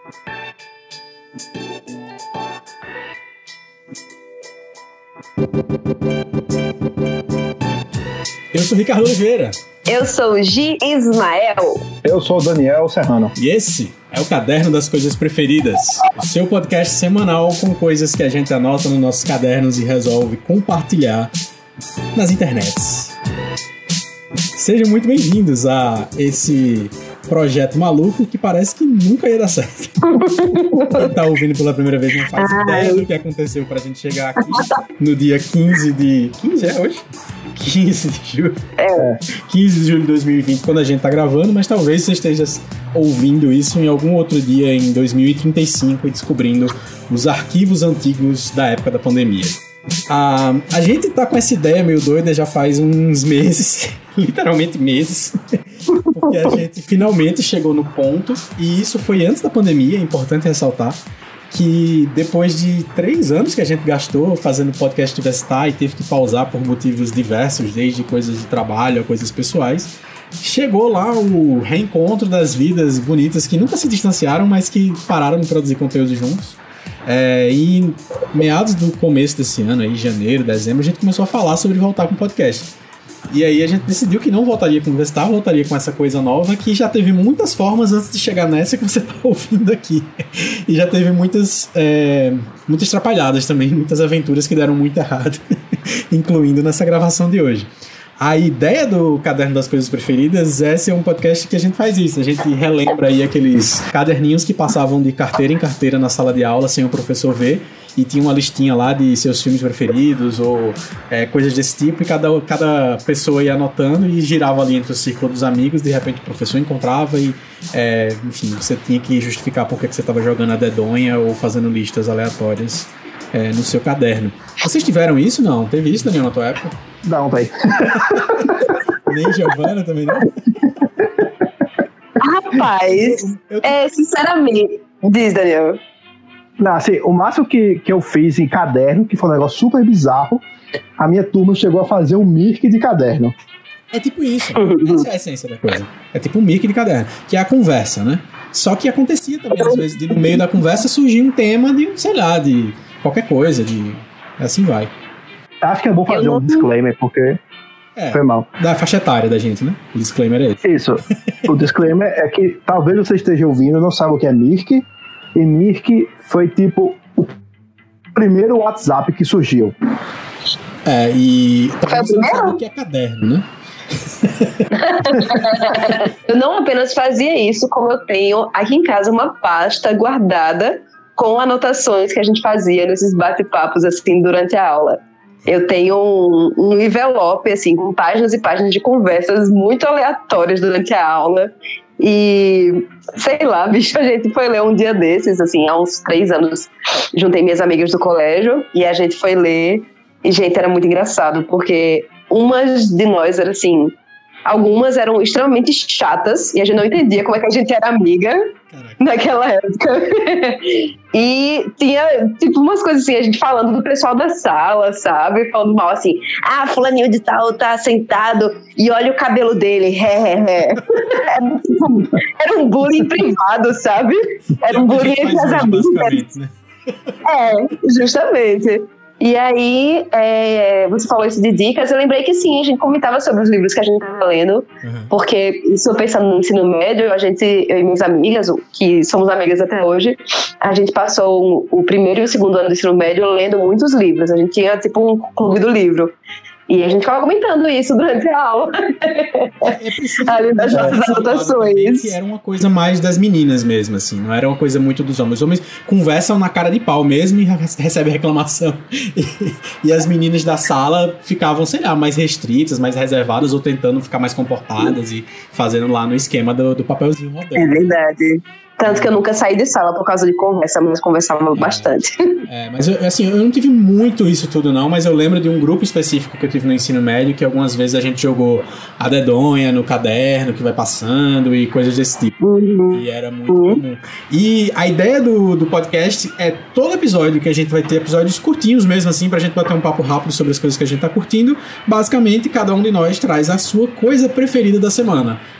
Eu sou o Ricardo Oliveira. Eu sou o Gi Ismael. Eu sou o Daniel Serrano. E esse é o Caderno das Coisas Preferidas, o seu podcast semanal com coisas que a gente anota nos nossos cadernos e resolve compartilhar nas internets. Sejam muito bem-vindos a esse projeto maluco que parece que nunca ia dar certo. Quem tá ouvindo pela primeira vez não faz ideia do que aconteceu pra gente chegar aqui no dia 15 de... 15 é hoje? 15 de julho. 15 de julho de 2020, quando a gente tá gravando, mas talvez você esteja ouvindo isso em algum outro dia em 2035 e descobrindo os arquivos antigos da época da pandemia. A gente tá com essa ideia meio doida já faz uns meses, literalmente meses, porque a gente finalmente chegou no ponto, e isso foi antes da pandemia, é importante ressaltar, que depois de 3 anos que a gente gastou fazendo podcast universitário e teve que pausar por motivos diversos, desde coisas de trabalho a coisas pessoais, chegou lá o reencontro das vidas bonitas que nunca se distanciaram, mas que pararam de produzir conteúdo juntos. E meados do começo desse ano, aí, janeiro, dezembro, a gente começou a falar sobre voltar com o podcast. E aí a gente decidiu que não voltaria com o Vestar, voltaria com essa coisa nova, que já teve muitas formas antes de chegar nessa que você tá ouvindo aqui. E já teve muitas atrapalhadas também, muitas aventuras que deram muito errado, incluindo nessa gravação de hoje. A ideia do Caderno das Coisas Preferidas é ser um podcast que a gente faz isso. A gente relembra aí aqueles caderninhos que passavam de carteira em carteira na sala de aula sem o professor ver, e tinha uma listinha lá de seus filmes preferidos ou coisas desse tipo, e cada pessoa ia anotando e girava ali entre o círculo dos amigos. De repente o professor encontrava e enfim, você tinha que justificar por que você estava jogando a dedonha ou fazendo listas aleatórias no seu caderno. Vocês tiveram isso? Não? Teve isso, Daniel, na tua época? Não, velho. Nem Giovana também não? Rapaz, sinceramente... Diz, Daniel. Não, assim, o máximo que eu fiz em caderno, que foi um negócio super bizarro, a minha turma chegou a fazer um Mirk de caderno. É tipo isso, essa é a essência da coisa. É tipo um Mirk de caderno, que é a conversa, né? Só que acontecia também, às vezes, de no meio da conversa surgir um tema de, sei lá, de qualquer coisa, assim vai. Acho que é bom fazer um disclaimer, porque foi mal. Da faixa etária da gente, né? O disclaimer é esse. Isso. O disclaimer é que talvez você esteja ouvindo e não saiba o que é Mirk, e Mirk foi tipo o primeiro WhatsApp que surgiu. E talvez você não saiba o que é caderno, né? Eu não apenas fazia isso, como eu tenho aqui em casa uma pasta guardada com anotações que a gente fazia nesses bate-papos assim durante a aula. Eu tenho um envelope assim com páginas e páginas de conversas muito aleatórias durante a aula. E, sei lá, bicho, a gente foi ler um dia desses, assim, há uns 3 anos, juntei minhas amigas do colégio e a gente foi ler, e, gente, era muito engraçado, porque umas de nós eram, assim, algumas eram extremamente chatas, e a gente não entendia como é que a gente era amiga naquela época. E tinha, tipo, umas coisas assim, a gente falando do pessoal da sala, sabe? Falando mal, assim, fulaninho de tal tá sentado e olha o cabelo dele, Era um bullying privado, sabe? Era um bullying entre as amigas. Né? Justamente. E aí, você falou isso de dicas, eu lembrei que sim, a gente comentava sobre os livros que a gente estava lendo, porque isso pensando no ensino médio, eu e minhas amigas, que somos amigas até hoje, a gente passou o primeiro e o segundo ano do ensino médio lendo muitos livros, a gente tinha tipo um clube do livro. E a gente ficava comentando isso durante a aula. Ali das nossas anotações. Que era uma coisa mais das meninas mesmo, assim. Não era uma coisa muito dos homens. Os homens conversam na cara de pau mesmo e recebem reclamação. E as meninas da sala ficavam, sei lá, mais restritas, mais reservadas ou tentando ficar mais comportadas e fazendo lá no esquema do papelzinho rodando. É verdade. Tanto que eu nunca saí de sala por causa de conversa, mas conversava bastante. Mas eu não tive muito isso tudo não, mas eu lembro de um grupo específico que eu tive no ensino médio, que algumas vezes a gente jogou a dedonha no caderno que vai passando e coisas desse tipo. E era muito comum. E a ideia do podcast é todo episódio que a gente vai ter episódios curtinhos mesmo assim, pra gente bater um papo rápido sobre as coisas que a gente tá curtindo. Basicamente, cada um de nós traz a sua coisa preferida da semana.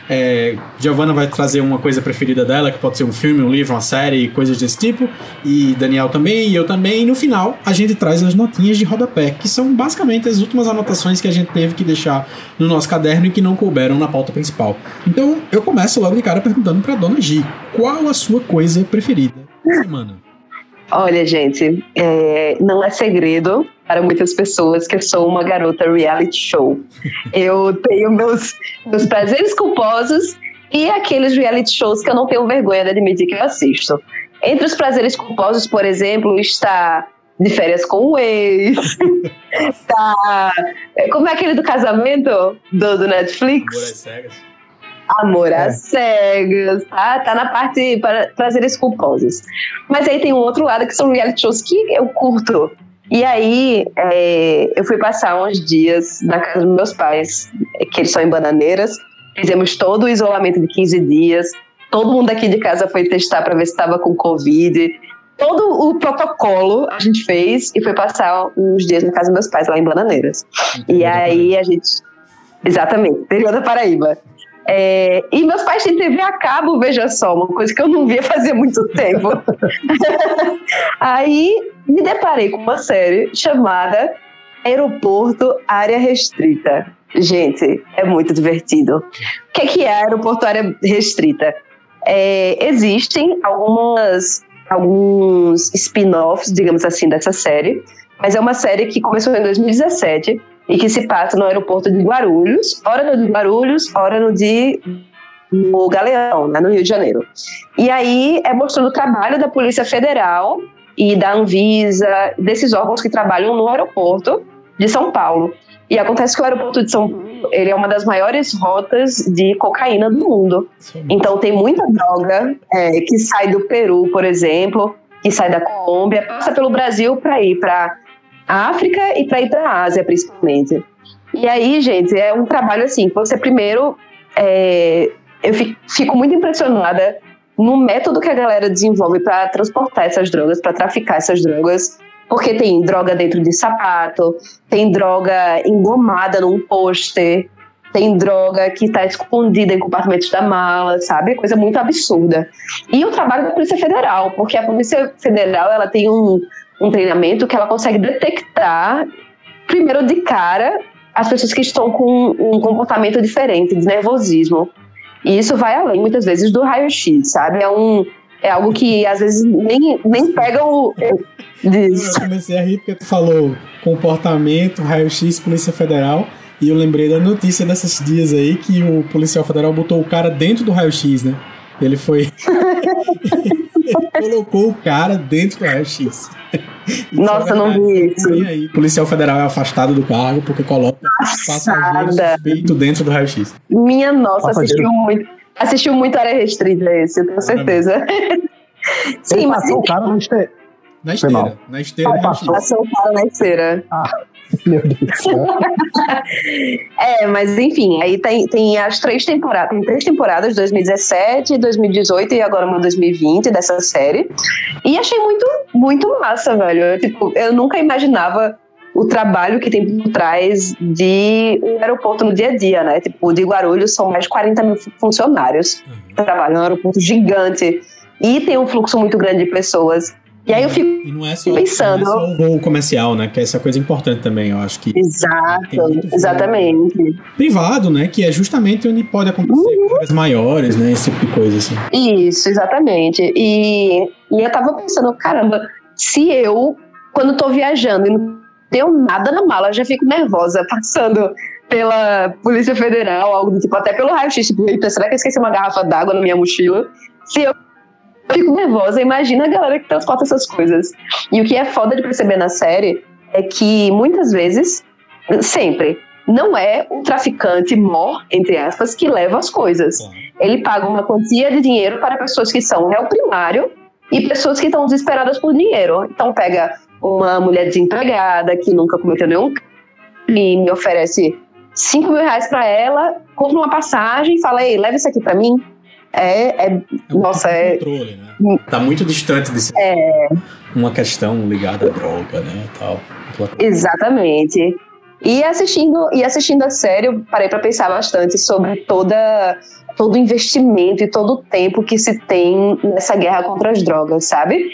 Giovanna vai trazer uma coisa preferida dela, que pode ser um filme, um livro, uma série, coisas desse tipo, e Daniel também, e eu também, e no final a gente traz as notinhas de rodapé, que são basicamente as últimas anotações que a gente teve que deixar no nosso caderno e que não couberam na pauta principal. Então eu começo logo de cara perguntando pra Dona Gi, qual a sua coisa preferida da semana? Olha, gente, não é segredo para muitas pessoas que eu sou uma garota reality show. Eu tenho meus prazeres culposos e aqueles reality shows que eu não tenho vergonha de admitir que eu assisto. Entre os prazeres culposos, por exemplo, está De Férias com o Ex, está... Como é aquele do casamento do Netflix? Amor às Cegas. Amor às cegas, tá na parte para prazeres culposos. Mas aí tem um outro lado que são reality shows que eu curto. E aí eu fui passar uns dias na casa dos meus pais, que eles são em Bananeiras. Fizemos todo o isolamento de 15 dias. Todo mundo aqui de casa foi testar para ver se estava com Covid. Todo o protocolo a gente fez e foi passar uns dias na casa dos meus pais lá em Bananeiras. E aí a gente... Exatamente, interior da Paraíba. E meus pais têm TV a cabo, veja só, uma coisa que eu não via fazia muito tempo. Aí me deparei com uma série chamada Aeroporto Área Restrita. Gente, é muito divertido. O que é Aeroporto Área Restrita? Existem alguns spin-offs, digamos assim, dessa série, mas é uma série que começou em 2017 e que se passa no aeroporto de Guarulhos, ora no de Guarulhos, ora no Galeão, né, no Rio de Janeiro. E aí mostrando o trabalho da Polícia Federal e da Anvisa, desses órgãos que trabalham no aeroporto de São Paulo. E acontece que o aeroporto de São Paulo, ele é uma das maiores rotas de cocaína do mundo. Então tem muita droga que sai do Peru, por exemplo, que sai da Colômbia, passa pelo Brasil para ir para a África e para ir para a Ásia, principalmente. E aí, gente, é um trabalho assim, que você primeiro... eu fico muito impressionada no método que a galera desenvolve para transportar essas drogas, para traficar essas drogas, porque tem droga dentro de sapato, tem droga engomada num pôster, tem droga que está escondida em compartimentos da mala, sabe? Coisa muito absurda. E o trabalho da Polícia Federal, porque a Polícia Federal ela tem um treinamento que ela consegue detectar, primeiro de cara, as pessoas que estão com um comportamento diferente, de nervosismo. E isso vai além, muitas vezes, do raio-x, sabe? É algo que, às vezes, nem pega o... Eu comecei a rir porque tu falou comportamento, raio-x, Polícia Federal, e eu lembrei da notícia desses dias aí que o policial federal botou o cara dentro do raio-x, né? Ele foi... colocou o cara dentro do raio-x. Nossa, não vi isso. Aí, o policial federal é afastado do cargo porque coloca passageiro suspeito dentro do raio-x. Minha nossa, assistiu muito Área Restrita esse, eu tenho certeza. Sim, ele passou o cara na esteira. Na esteira. Passou o cara na esteira. Meu Deus do céu. Mas enfim, aí tem as 3 temporadas. Tem 3 temporadas, 2017, 2018 e agora uma 2020 dessa série. E achei muito, muito massa, velho. Eu nunca imaginava o trabalho que tem por trás de um aeroporto no dia a dia, né? Tipo, de Guarulhos são mais de 40 mil funcionários que trabalham. É um aeroporto gigante e tem um fluxo muito grande de pessoas. E aí eu fico pensando... Não é só o voo comercial, né? Que essa coisa importante também, eu acho que... Exato, exatamente. Privado, né? Que é justamente onde pode acontecer coisas maiores, né? Esse tipo de coisa, assim. Isso, exatamente. E eu tava pensando, caramba, se eu, quando tô viajando e não tenho nada na mala, já fico nervosa, passando pela Polícia Federal, algo do tipo, até pelo raio-x, tipo, eita, será que eu esqueci uma garrafa d'água na minha mochila? Se eu fico nervosa, imagina a galera que transporta essas coisas. E o que é foda de perceber na série é que muitas vezes, sempre, não é o traficante mor, entre aspas, que leva as coisas. Ele paga uma quantia de dinheiro para pessoas que são réu primário e pessoas que estão desesperadas por dinheiro. Então pega uma mulher desempregada que nunca cometeu nenhum crime, oferece 5 mil reais para ela, compra uma passagem e fala, ei, leva isso aqui para mim. Nossa, controle, né? Tá muito distante de ser uma questão ligada à droga, né? Tal. Exatamente. E assistindo a série, eu parei para pensar bastante sobre todo o investimento e todo o tempo que se tem nessa guerra contra as drogas, sabe?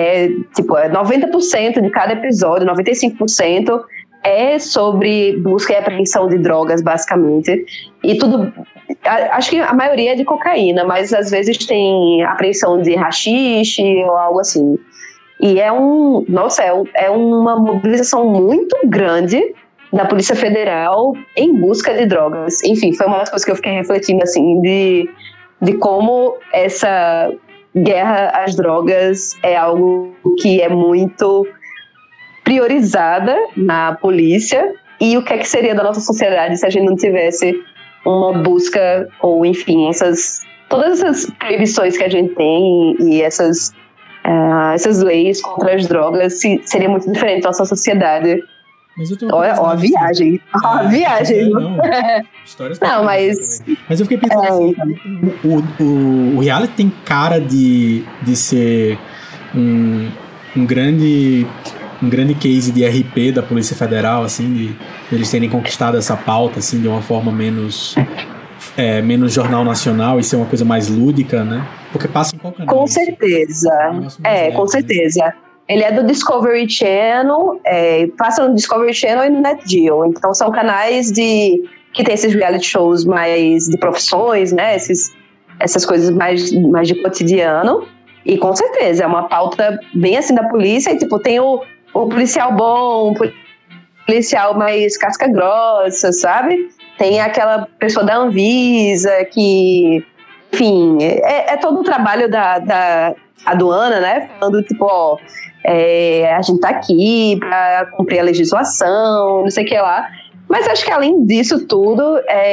90% de cada episódio, 95% é sobre busca e apreensão de drogas, basicamente. E tudo... Acho que a maioria é de cocaína, mas às vezes tem apreensão de haxixe ou algo assim. E é uma mobilização muito grande da Polícia Federal em busca de drogas. Enfim, foi uma das coisas que eu fiquei refletindo, assim, de como essa guerra às drogas é algo que é muito priorizada na polícia, e o que é que seria da nossa sociedade se a gente não tivesse uma busca, ou enfim, todas essas proibições que a gente tem e essas leis contra as drogas, seria muito diferente da nossa sociedade. Olha a viagem. A viagem. Não, mas... Mas eu fiquei pensando assim, o reality tem cara de ser um grande case de RP da Polícia Federal, assim, de eles terem conquistado essa pauta, assim, de uma forma menos jornal nacional e ser uma coisa mais lúdica, né? Porque passa em qual canal? Com certeza. Com certeza. Ele é do Discovery Channel, passa no Discovery Channel e no NetGeo. Então são canais que tem esses reality shows mais de profissões, né? Essas coisas mais de cotidiano. E com certeza, é uma pauta bem assim da polícia. E tipo, tem o policial bom, o policial mais casca grossa, sabe? Tem aquela pessoa da Anvisa que... Enfim, é todo o trabalho da aduana, né? Falando tipo, a gente tá aqui pra cumprir a legislação, não sei o que lá. Mas acho que além disso tudo,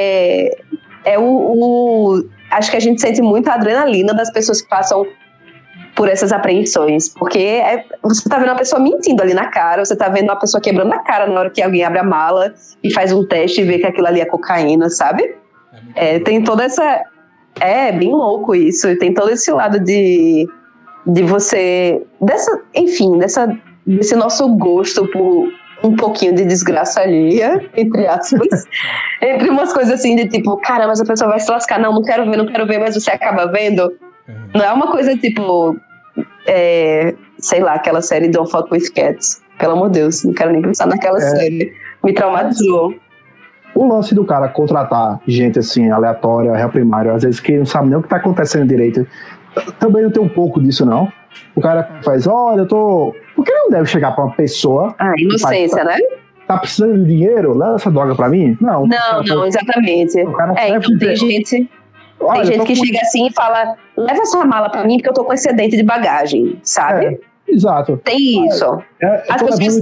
acho que a gente sente muita adrenalina das pessoas que passam por essas apreensões, porque você tá vendo uma pessoa mentindo ali na cara, você tá vendo uma pessoa quebrando a cara na hora que alguém abre a mala e faz um teste e vê que aquilo ali é cocaína, sabe? Tem toda essa... É bem louco isso, e tem todo esse lado de você... Desse nosso gosto por um pouquinho de desgraça alheia, entre aspas, entre umas coisas assim de tipo, caramba, essa pessoa vai se lascar, não quero ver, mas você acaba vendo. Não é uma coisa tipo, sei lá, aquela série Don't Fuck With Cats, pelo amor de Deus, não quero nem pensar naquela série, me traumatizou. O lance do cara contratar gente assim, aleatória, réu primário, às vezes que não sabe nem o que tá acontecendo direito, também não tem um pouco disso, não. O cara faz, olha, Por que não deve chegar pra uma pessoa... inocência, né? Tá precisando de dinheiro? Leva essa droga pra mim? Não, exatamente. Então tem gente... Tem gente que chega assim e fala, leva essa mala pra mim porque eu tô com excedente de bagagem, sabe? Exato. Tem isso. As pessoas...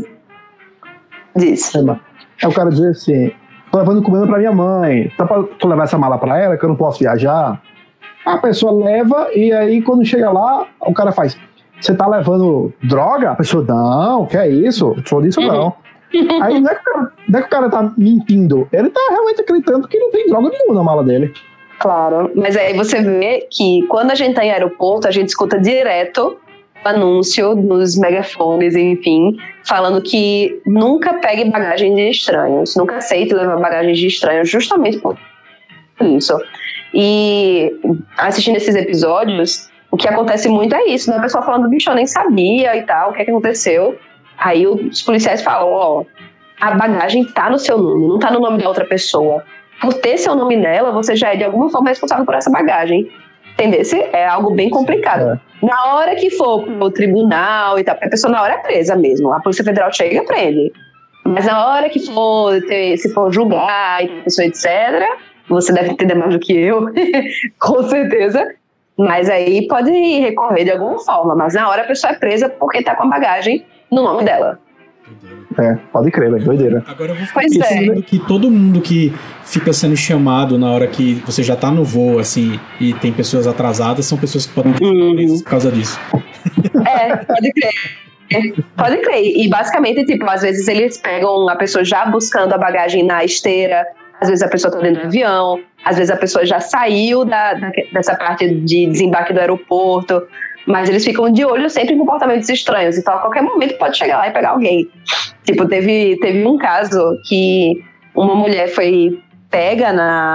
Diz. O cara dizer assim, tô levando comida pra minha mãe, tá pra tu levar essa mala pra ela que eu não posso viajar? A pessoa leva e aí quando chega lá, o cara faz, você tá levando droga? A pessoa, não, que é isso? Sou disso não. Aí não é que o cara tá mentindo, ele tá realmente acreditando que não tem droga nenhuma na mala dele. Claro, mas aí você vê que quando a gente tá em aeroporto, a gente escuta direto o anúncio nos megafones, enfim, falando que nunca pegue bagagem de estranhos, nunca aceite levar bagagem de estranhos, justamente por isso. E assistindo esses episódios, o que acontece muito é isso, né? A pessoa falando, bicho, eu nem sabia e tal, o que é que aconteceu? Aí os policiais falam, a bagagem tá no seu nome, não tá no nome da outra pessoa. Por ter seu nome nela, você já é de alguma forma responsável por essa bagagem. Entendeu? É algo bem complicado. Na hora que for pro tribunal e tal, porque a pessoa na hora é presa mesmo. A Polícia Federal chega e prende. Mas na hora que se for julgar e a pessoa, etc., você deve entender mais do que eu, com certeza. Mas aí pode recorrer de alguma forma. Mas na hora a pessoa é presa porque tá com a bagagem no nome dela. Pode crer, velho, doideira. Agora eu vou ficar pensando que todo mundo que fica sendo chamado na hora que você já tá no voo, assim, e tem pessoas atrasadas, são pessoas que podem ter presas por causa disso. Pode crer. Pode crer. E basicamente, tipo, às vezes eles pegam a pessoa já buscando a bagagem na esteira, às vezes a pessoa tá dentro do avião, às vezes a pessoa já saiu dessa parte de desembarque do aeroporto, mas eles ficam de olho sempre em comportamentos estranhos, então a qualquer momento pode chegar lá e pegar alguém. Tipo, teve um caso que uma mulher foi pega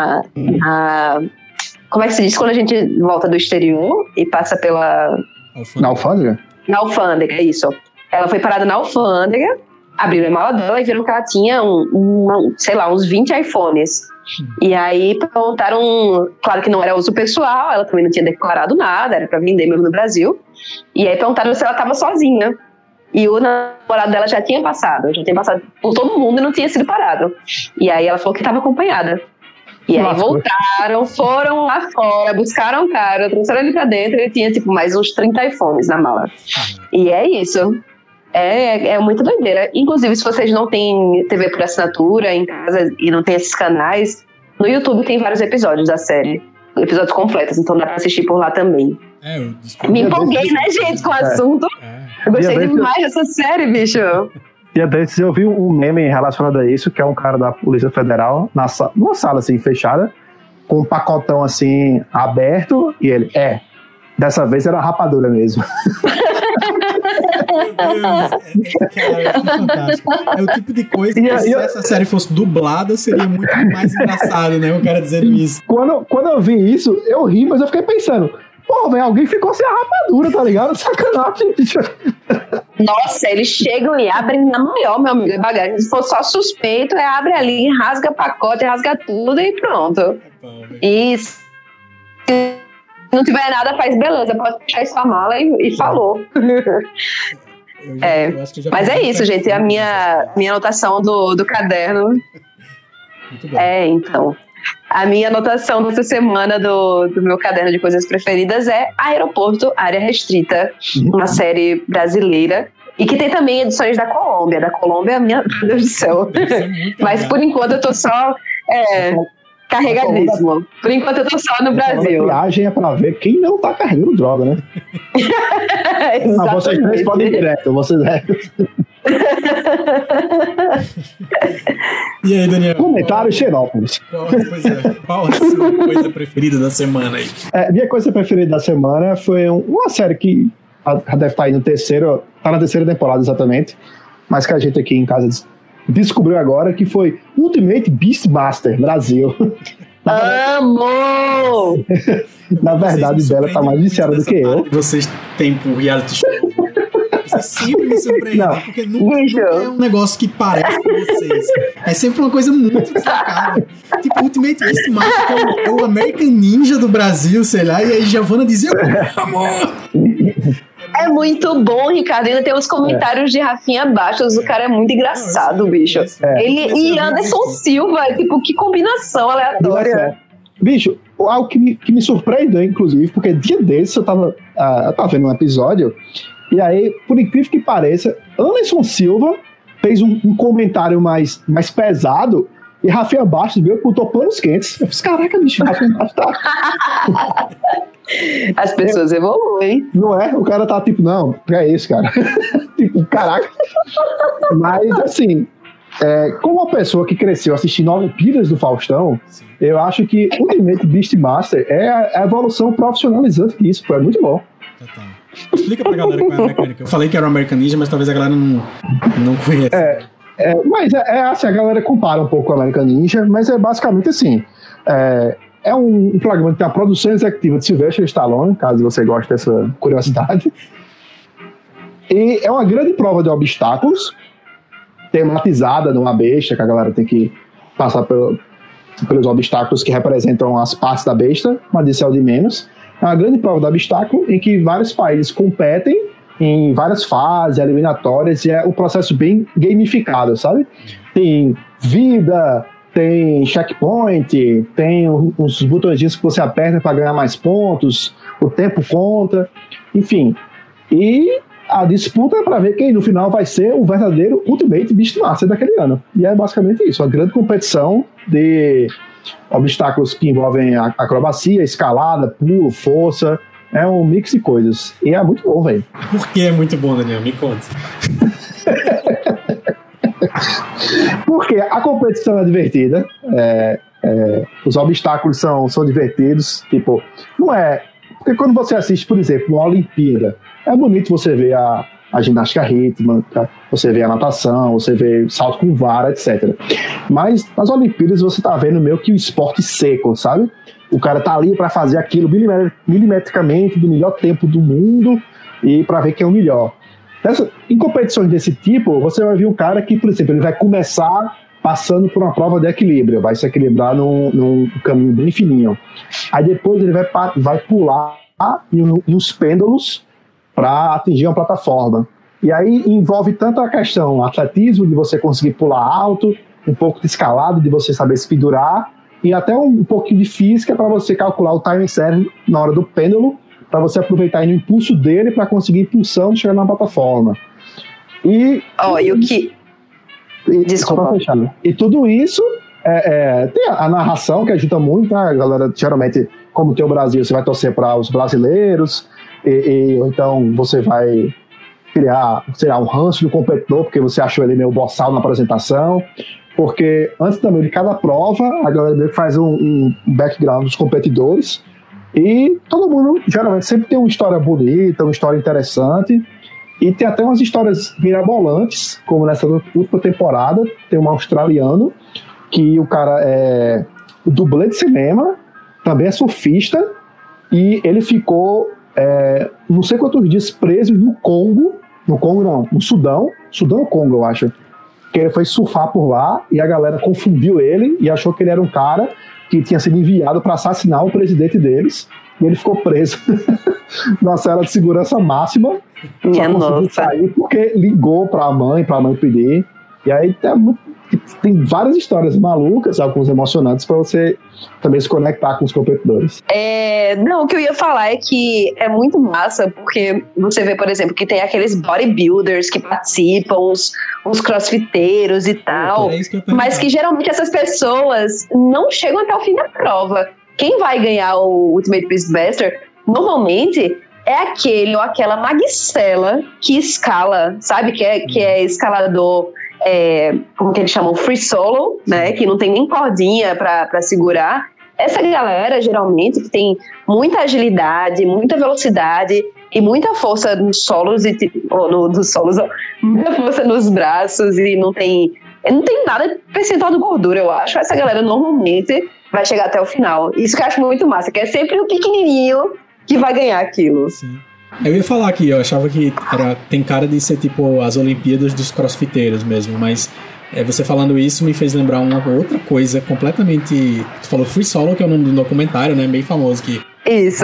como é que se diz quando a gente volta do exterior e passa pela... Na alfândega? Na alfândega, é isso. Ela foi parada na alfândega, abriram a mala dela e viram que ela tinha uns 20 iPhones. E aí perguntaram, claro que não era uso pessoal, ela também não tinha declarado nada, era pra vender mesmo no Brasil. E aí perguntaram se ela estava sozinha. E o namorado dela já tinha passado por todo mundo e não tinha sido parado. E aí ela falou que estava acompanhada. E aí voltaram, foram lá fora, buscaram o cara, trouxeram ele pra dentro e ele tinha tipo mais uns 30 iPhones na mala. E é isso. É muito doideira. Inclusive, se vocês não têm TV por assinatura em casa e não tem esses canais, no YouTube tem vários episódios da série. Episódios completos, então dá pra assistir por lá também. Me empolguei, né, gente, com o assunto. Eu gostei demais dessa série, bicho. E desses eu vi um meme relacionado a isso, que é um cara da Polícia Federal, numa sala assim, fechada, com um pacotão assim, aberto, e ele, dessa vez era rapadura mesmo. Meu Deus, cara, que fantástico. É o tipo de coisa que se essa série fosse dublada, seria muito mais engraçado, né? O cara dizendo isso. Quando eu vi isso, eu ri, mas eu fiquei pensando, pô, velho, alguém ficou sem a rapadura, tá ligado? Sacanagem, bicho. Nossa, eles chegam e abrem na maior, meu amigo, bagagem. Se for só suspeito, abre ali, rasga pacote, rasga tudo e pronto. Isso. Se não tiver nada, faz beleza, pode fechar sua mala e falou. Mas é isso, gente. A minha anotação do caderno. Muito bom. Então. A minha anotação dessa semana do meu caderno de coisas preferidas é Aeroporto Área Restrita, uma série brasileira. E que tem também edições da Colômbia. Da Colômbia, meu Deus do céu. Mas por enquanto eu tô só carregadíssimo. Por enquanto eu tô só no Brasil. A viagem é pra ver quem não tá carregando droga, né? Não, vocês três podem ir direto, vocês E aí, Daniel? Comentário Xenópolis. Qual a sua coisa preferida da semana aí? Minha coisa preferida da semana foi uma série que já deve estar aí tá na terceira temporada exatamente, mas que a gente aqui em casa descobriu agora, que foi Ultimate Beastmaster Brasil. Amo! Na verdade, Bela tá mais viciada do que eu. Vocês têm pro reality show. Vocês sempre me surpreendem, porque nunca é um negócio que parece com vocês. É sempre uma coisa muito destacada. Tipo, Ultimate Beastmaster, que é o American Ninja do Brasil, sei lá, e aí Giovanna dizia, amor! É muito bom, Ricardo. Ainda tem os comentários de Rafinha Bastos. O cara é muito engraçado, bicho. Ele e Anderson Silva, tipo, que combinação aleatória. Bicho, algo que me surpreendeu, inclusive, porque dia desses eu tava vendo um episódio, e aí, por incrível que pareça, Anderson Silva fez um comentário mais pesado, e Rafinha Bastos veio com panos quentes. Eu fiz, caraca, bicho, Rafinha Bastos tá... As pessoas evoluem. Não é? O cara tá tipo, não, é isso, cara. Tipo, caraca. Mas, assim, como uma pessoa que cresceu assistindo Olimpíadas do Faustão, sim, eu acho que o Ultimate Beastmaster é a evolução profissionalizante disso, pô, é muito bom. Total. Explica pra galera qual é a mecânica. Eu falei que era o American Ninja, mas talvez a galera não conheça. Mas assim, a galera compara um pouco com o American Ninja, mas é basicamente assim, é um programa que tem a produção executiva de Sylvester Stallone, caso você goste dessa curiosidade, e é uma grande prova de obstáculos, tematizada numa besta, que a galera tem que passar pelos obstáculos que representam as partes da besta, mas isso é o de menos. É uma grande prova de obstáculo em que vários países competem em várias fases eliminatórias, e é um processo bem gamificado, sabe? Tem vida, tem checkpoint, tem uns botõezinhos que você aperta para ganhar mais pontos, o tempo conta, enfim. E a disputa é para ver quem no final vai ser o verdadeiro Ultimate Beastmaster daquele ano. E é basicamente isso, uma grande competição de obstáculos que envolvem acrobacia, escalada, pulo, força. É um mix de coisas. E é muito bom, velho. Por que é muito bom, Daniel? Me conta. Porque a competição é divertida. Os obstáculos são divertidos. Tipo, não é Porque quando você assiste, por exemplo, uma Olimpíada, é bonito você ver a ginástica rítmica, você vê a natação, você vê salto com vara, etc. Mas nas Olimpíadas você tá vendo meio que o esporte seco, sabe? O cara tá ali para fazer aquilo milimetricamente do melhor tempo do mundo e para ver quem é o melhor. Em competições desse tipo, você vai ver um cara que, por exemplo, ele vai começar passando por uma prova de equilíbrio, vai se equilibrar num caminho bem fininho. Aí depois ele vai pular em uns pêndulos para atingir uma plataforma. E aí envolve tanto a questão atletismo, de você conseguir pular alto, um pouco de escalada, de você saber se pendurar, e até um pouquinho de física para você calcular o timing certo na hora do pêndulo, para você aproveitar o impulso dele para conseguir impulsão de chegar na plataforma. E o que... Desculpa. E tudo isso tem a narração que ajuda muito, né? A galera, geralmente, como tem o Brasil, você vai torcer para os brasileiros, ou então você vai criar, sei lá, um ranço do competidor, porque você achou ele meio boçal na apresentação, porque antes também de cada prova, a galera meio que faz um background dos competidores, e todo mundo, geralmente, sempre tem uma história bonita, uma história interessante, e tem até umas histórias mirabolantes, como nessa última temporada, tem um australiano, que o cara é dublê de cinema, também é surfista, e ele ficou não sei quantos dias preso no Sudão ou Congo, eu acho, que ele foi surfar por lá, e a galera confundiu ele, e achou que ele era um cara que tinha sido enviado para assassinar o presidente deles, e ele ficou preso na cela de segurança máxima, Minha nossa. Sair porque ligou pra mãe pedir. E aí tem várias histórias malucas, algumas emocionantes, pra você também se conectar com os competidores. Não, o que eu ia falar é que é muito massa, porque você vê, por exemplo, que tem aqueles bodybuilders que participam, os crossfiteiros e tal, mas que geralmente essas pessoas não chegam até o fim da prova. Quem vai ganhar o Ultimate Beastmaster, normalmente, é aquele ou aquela magricela que escala, sabe? Que é escalador, como que eles chamam? Free solo, né? Que não tem nem cordinha pra segurar. Essa galera, geralmente, que tem muita agilidade, muita velocidade e muita força nos solos, muita força nos braços e não tem nada percentual de gordura, eu acho. Essa galera, normalmente, vai chegar até o final. Isso que eu acho muito massa, que é sempre o pequenininho que vai ganhar aquilo. Sim. Eu ia falar aqui, eu achava que tem cara de ser tipo as Olimpíadas dos crossfiteiros mesmo, mas você falando isso me fez lembrar uma outra coisa completamente... Tu falou Free Solo, que é o nome do documentário, né? Bem famoso que... Isso.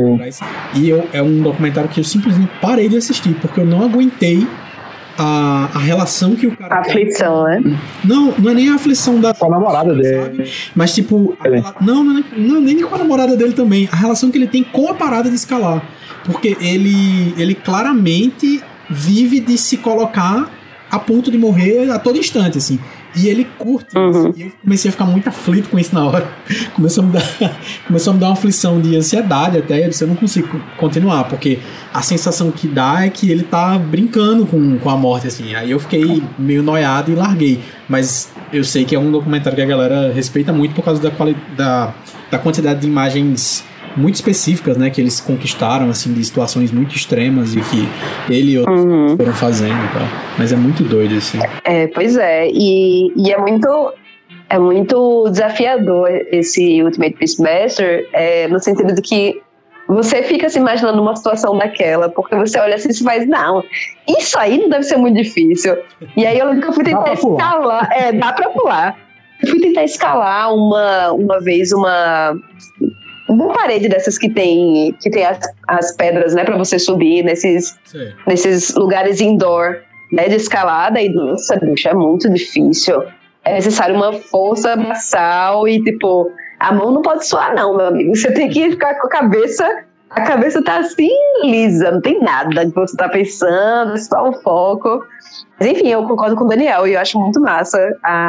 E é um documentário que eu simplesmente parei de assistir, porque eu não aguentei a relação que o cara... A aflição, né? Não é nem a aflição da... Com a namorada dele. Sabe? Mas tipo... Não, nem com a namorada dele também. A relação que ele tem com a parada de escalar. Porque ele claramente vive de se colocar a ponto de morrer a todo instante, assim. E ele curte isso. E eu comecei a ficar muito aflito com isso na hora. Começou a me dar uma aflição de ansiedade até. Eu disse, eu não consigo continuar, porque a sensação que dá é que ele tá brincando com a morte, assim. Aí eu fiquei meio noiado e larguei. Mas eu sei que é um documentário que a galera respeita muito por causa da quantidade de imagens muito específicas, né, que eles conquistaram, assim, de situações muito extremas e que ele e outros foram fazendo e tal. Mas é muito doido, assim. Pois é. E é muito desafiador esse Ultimate Beastmaster, no sentido de que você fica se imaginando numa situação daquela, porque você olha assim e faz, não, isso aí não deve ser muito difícil. E aí eu lembro que eu fui tentar escalar. Dá pra pular. Eu fui tentar escalar uma vez uma parede dessas que tem as pedras, né, pra você subir nesses lugares indoor, né, de escalada, e nossa, bicho, é muito difícil. É necessário uma força braçal e, tipo, a mão não pode suar não, meu amigo, você tem que ficar com a cabeça tá assim, lisa, não tem nada que você tá pensando, é só o foco. Mas enfim, eu concordo com o Daniel e eu acho muito massa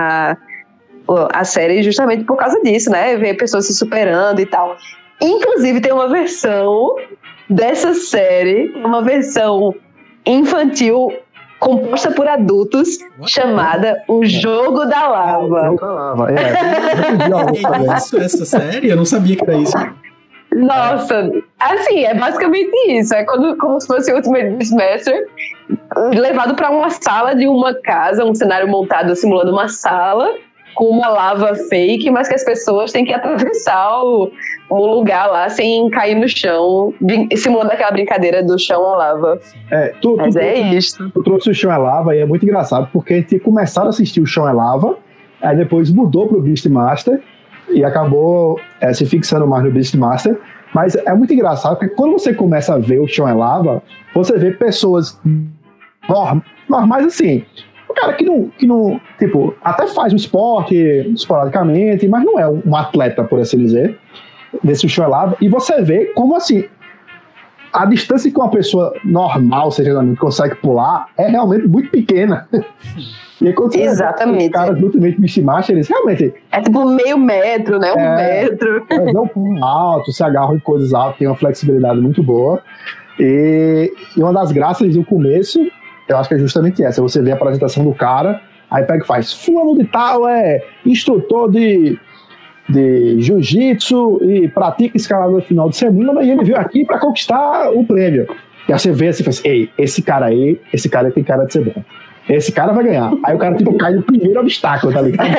a série justamente por causa disso, né? Ver pessoas se superando e tal. Inclusive, tem uma versão dessa série, uma versão infantil composta por adultos, chamada O Jogo da Lava. É isso, essa série? Eu não sabia que era isso. Nossa, Assim, é basicamente isso. É como se fosse o Ultimate Beastmaster levado para uma sala de uma casa, um cenário montado simulando uma sala, com uma lava fake, mas que as pessoas têm que atravessar o lugar lá sem cair no chão, simulando aquela brincadeira do chão à lava. Mas é isso. Tu trouxe o Chão é Lava e é muito engraçado, porque a gente tinha começado a assistir o Chão é Lava, aí depois mudou pro Beastmaster e acabou se fixando mais no Beastmaster. Mas é muito engraçado, porque quando você começa a ver o Chão é Lava, você vê pessoas normais assim. O cara que não, tipo, até faz um esporte esporadicamente, mas não é um atleta, por assim dizer, nesse Chão é Lava. E você vê como, assim, a distância que uma pessoa normal, seja consegue pular, é realmente muito pequena. E aí, quando exatamente. Os caras do Ultimate Beastmaster, eles realmente... É tipo meio metro, né? Um metro. Eles dão um pulo alto, se agarram em coisas altas, tem uma flexibilidade muito boa. E uma das graças do começo, eu acho que é justamente essa. Você vê a apresentação do cara, aí pega e faz: fulano de tal é instrutor de jiu-jitsu e pratica escalada no final de semana, e ele veio aqui para conquistar o prêmio. E aí você vê assim, faz: ei, esse cara tem cara de ser bom. Esse cara vai ganhar. Aí o cara tipo cai no primeiro obstáculo, tá ligado?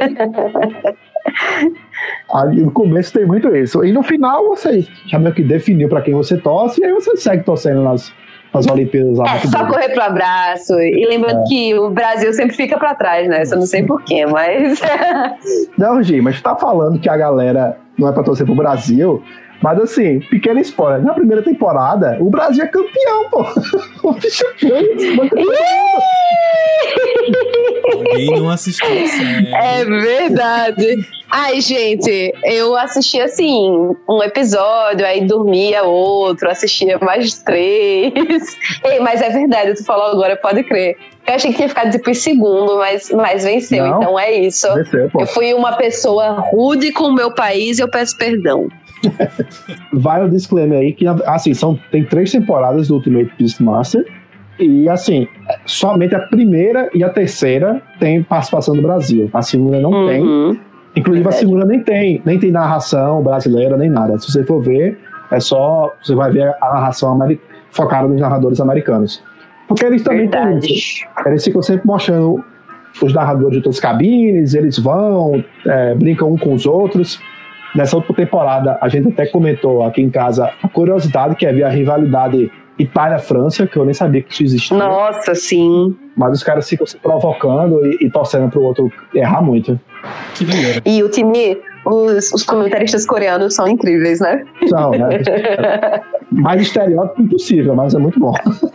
Aí, no começo tem muito isso. E no final você já meio que definiu pra quem você torce, e aí você segue torcendo nas Olimpíadas. Só correr pro abraço. E lembrando que o Brasil sempre fica pra trás, né? Eu não sei porquê, mas... Não, Gi, mas tu tá falando que a galera não é pra torcer pro Brasil, mas assim, pequeno spoiler, na primeira temporada o Brasil é campeão, pô. O bicho Alguém não assistiu, sério. É verdade. Ai, gente, eu assistia assim, um episódio, aí dormia outro, assistia mais 3. Ei, mas é verdade, tu falou agora, pode crer. Eu achei que tinha ficado tipo em segundo, mas venceu, não, então é isso. Venceu, eu fui uma pessoa rude com o meu país e eu peço perdão. Vai o disclaimer aí, que assim, tem 3 temporadas do Ultimate Beastmaster, e assim, somente a primeira e a terceira tem participação do Brasil, a segunda não tem. Inclusive a segunda nem tem narração brasileira, nem nada. Se você for ver, você vai ver a narração focada nos narradores americanos. Porque eles também têm isso. Eles ficam sempre mostrando os narradores de outras cabines, eles vão, brincam um com os outros. Nessa outra temporada, a gente até comentou aqui em casa a curiosidade que havia a rivalidade Itália-França, que eu nem sabia que isso existia. Nossa, sim. Mas os caras ficam se provocando e torcendo pro outro errar muito. Que doideira. E o time, os comentaristas coreanos são incríveis, né? São, né? Mais estereótipo impossível, mas é muito bom.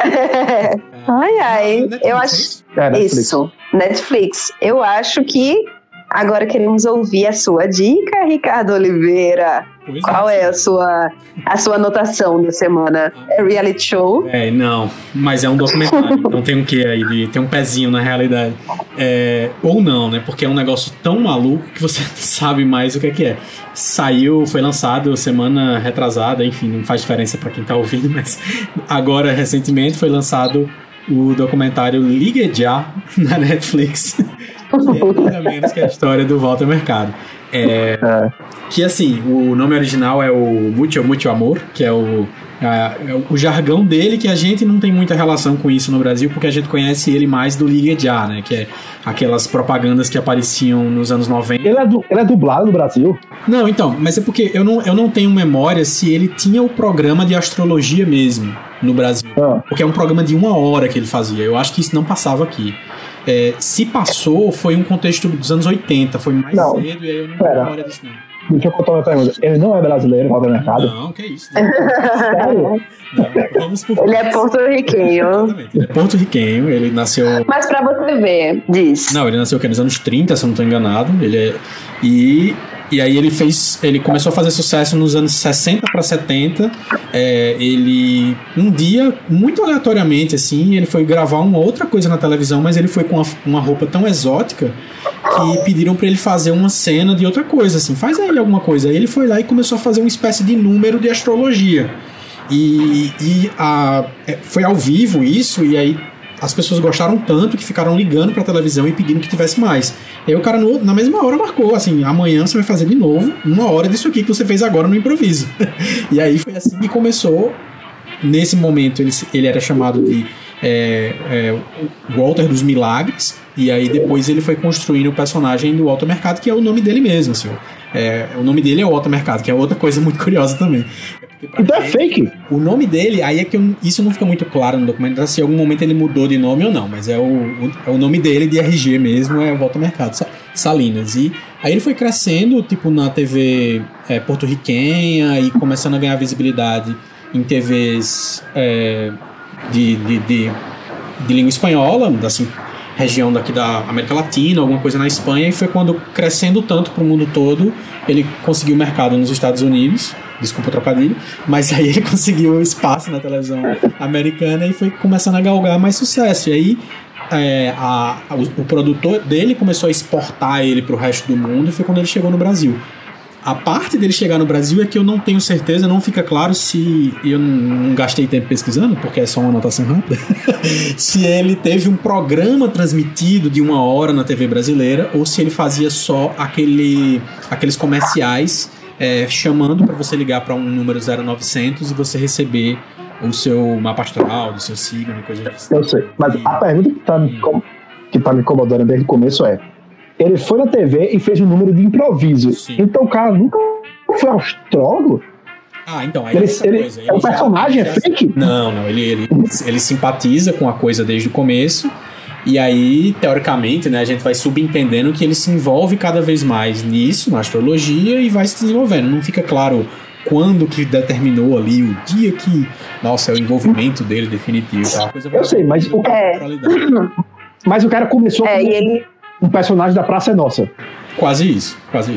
Ai, eu acho... Netflix. Isso, Netflix. Eu acho que agora queremos ouvir a sua dica, Ricardo Oliveira. Qual é a sua anotação da semana? É reality show? Não, mas é um documentário. Então tem um quê aí? Tem um pezinho na realidade. Ou não, né? Porque é um negócio tão maluco que você não sabe mais o que é. Foi lançado semana retrasada, enfim, não faz diferença pra quem tá ouvindo, mas agora, recentemente, foi lançado o documentário Ligue Já na Netflix. Que é nada menos que a história do Walter Mercado. Que assim, o nome original é o Mucho Amor, que é o jargão dele, que a gente não tem muita relação com isso no Brasil, porque a gente conhece ele mais do Ligue Já, né? Que é aquelas propagandas que apareciam nos anos 90. Ele é dublado no Brasil? Não, então, mas é porque eu não tenho memória se ele tinha o programa de astrologia mesmo no Brasil. Porque é um programa de 1 hora que ele fazia. Eu acho que isso não passava aqui. Se passou, foi um contexto dos anos 80, foi mais cedo, e aí eu não tenho memória disso não. Deixa eu contar uma pergunta. Ele não é brasileiro, Walter Mercado? Não, que isso. Sério? Ele é porto-riquenho. Exatamente, ele é porto-riquenho, ele nasceu... Mas pra você ver, diz. Não, ele nasceu nos anos 30, se eu não estou enganado. E aí ele começou a fazer sucesso nos anos 60 para 70. Ele, um dia, muito aleatoriamente, assim, ele foi gravar uma outra coisa na televisão, mas ele foi com uma roupa tão exótica que pediram para ele fazer uma cena de outra coisa, assim, faz aí alguma coisa. Aí ele foi lá e começou a fazer uma espécie de número de astrologia. Foi ao vivo isso, e aí as pessoas gostaram tanto que ficaram ligando pra televisão e pedindo que tivesse mais. E aí o cara na mesma hora marcou, assim, amanhã você vai fazer de novo 1 hora disso aqui que você fez agora no improviso. E aí foi assim que começou. Nesse momento ele era chamado de Walter dos Milagres, e aí depois ele foi construindo o personagem do Walter Mercado, que é o nome dele mesmo, assim. O nome dele é Walter Mercado, que é outra coisa muito curiosa também. Então é fake? O nome dele, aí é que isso não fica muito claro no documentário, se em algum momento ele mudou de nome ou não, mas é o nome dele de RG mesmo, é Walter Mercado Salinas. E aí ele foi crescendo, tipo, na TV porto-riquenha e começando a ganhar visibilidade em TVs de língua espanhola, assim, região daqui da América Latina, alguma coisa na Espanha, e foi quando, crescendo tanto pro mundo todo, ele conseguiu mercado nos Estados Unidos, desculpa o trocadilho, mas aí ele conseguiu espaço na televisão americana e foi começando a galgar mais sucesso. E aí o produtor dele começou a exportar ele pro resto do mundo, e foi quando ele chegou no Brasil. A parte dele chegar no Brasil é que eu não tenho certeza, não fica claro se... Eu não gastei tempo pesquisando, porque é só uma anotação rápida. Se ele teve um programa transmitido de 1 hora na TV brasileira, ou se ele fazia só aqueles comerciais chamando para você ligar para um número 0900 e você receber o seu mapa astral, do seu signo e coisa assim. Eu sei, mas a pergunta que tá me incomodando desde o começo ele foi na TV e fez um número de improviso. Sim. Então o cara nunca foi astrólogo? Então, aí coisa. O personagem é fake? Não, ele simpatiza com a coisa desde o começo, e aí, teoricamente, né, a gente vai subentendendo que ele se envolve cada vez mais nisso, na astrologia, e vai se desenvolvendo. Não fica claro quando que determinou ali o dia que, nossa, é o envolvimento dele definitivo. Eu sei, mas o cara começou um personagem da Praça é Nossa. Quase isso.